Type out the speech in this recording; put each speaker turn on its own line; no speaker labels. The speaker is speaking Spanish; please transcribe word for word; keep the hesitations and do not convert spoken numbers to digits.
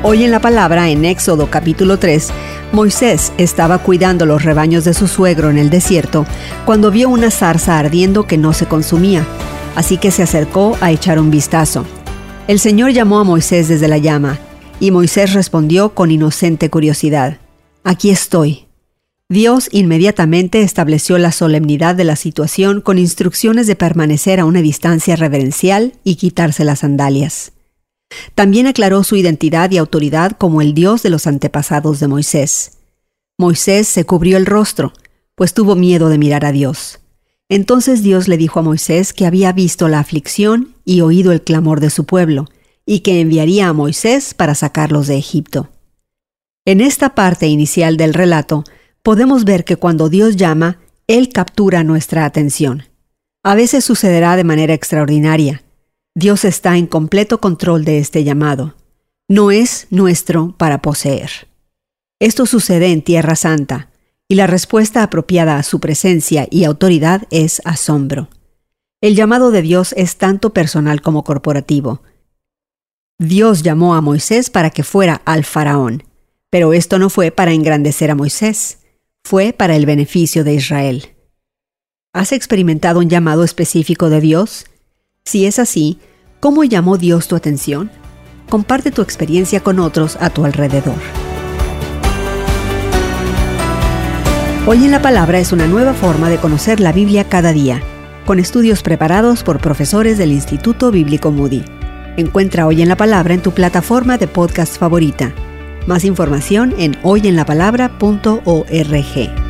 Hoy en la palabra, en Éxodo capítulo tres, Moisés estaba cuidando los rebaños de su suegro en el desierto cuando vio una zarza ardiendo que no se consumía, así que se acercó a echar un vistazo. El Señor llamó a Moisés desde la llama, y Moisés respondió con inocente curiosidad: «Aquí estoy». Dios inmediatamente estableció la solemnidad de la situación con instrucciones de permanecer a una distancia reverencial y quitarse las sandalias. También aclaró su identidad y autoridad como el Dios de los antepasados de Moisés. Moisés se cubrió el rostro, pues tuvo miedo de mirar a Dios. Entonces Dios le dijo a Moisés que había visto la aflicción y oído el clamor de su pueblo, y que enviaría a Moisés para sacarlos de Egipto. En esta parte inicial del relato, podemos ver que cuando Dios llama, Él captura nuestra atención. A veces sucederá de manera extraordinaria. Dios está en completo control de este llamado. No es nuestro para poseer. Esto sucede en Tierra Santa, y la respuesta apropiada a su presencia y autoridad es asombro. El llamado de Dios es tanto personal como corporativo. Dios llamó a Moisés para que fuera al faraón, pero esto no fue para engrandecer a Moisés, fue para el beneficio de Israel. ¿Has experimentado un llamado específico de Dios? Si es así, ¿cómo llamó Dios tu atención? Comparte tu experiencia con otros a tu alrededor. Hoy en la Palabra es una nueva forma de conocer la Biblia cada día, con estudios preparados por profesores del Instituto Bíblico Moody. Encuentra Hoy en la Palabra en tu plataforma de podcast favorita. Más información en hoy en la palabra punto org.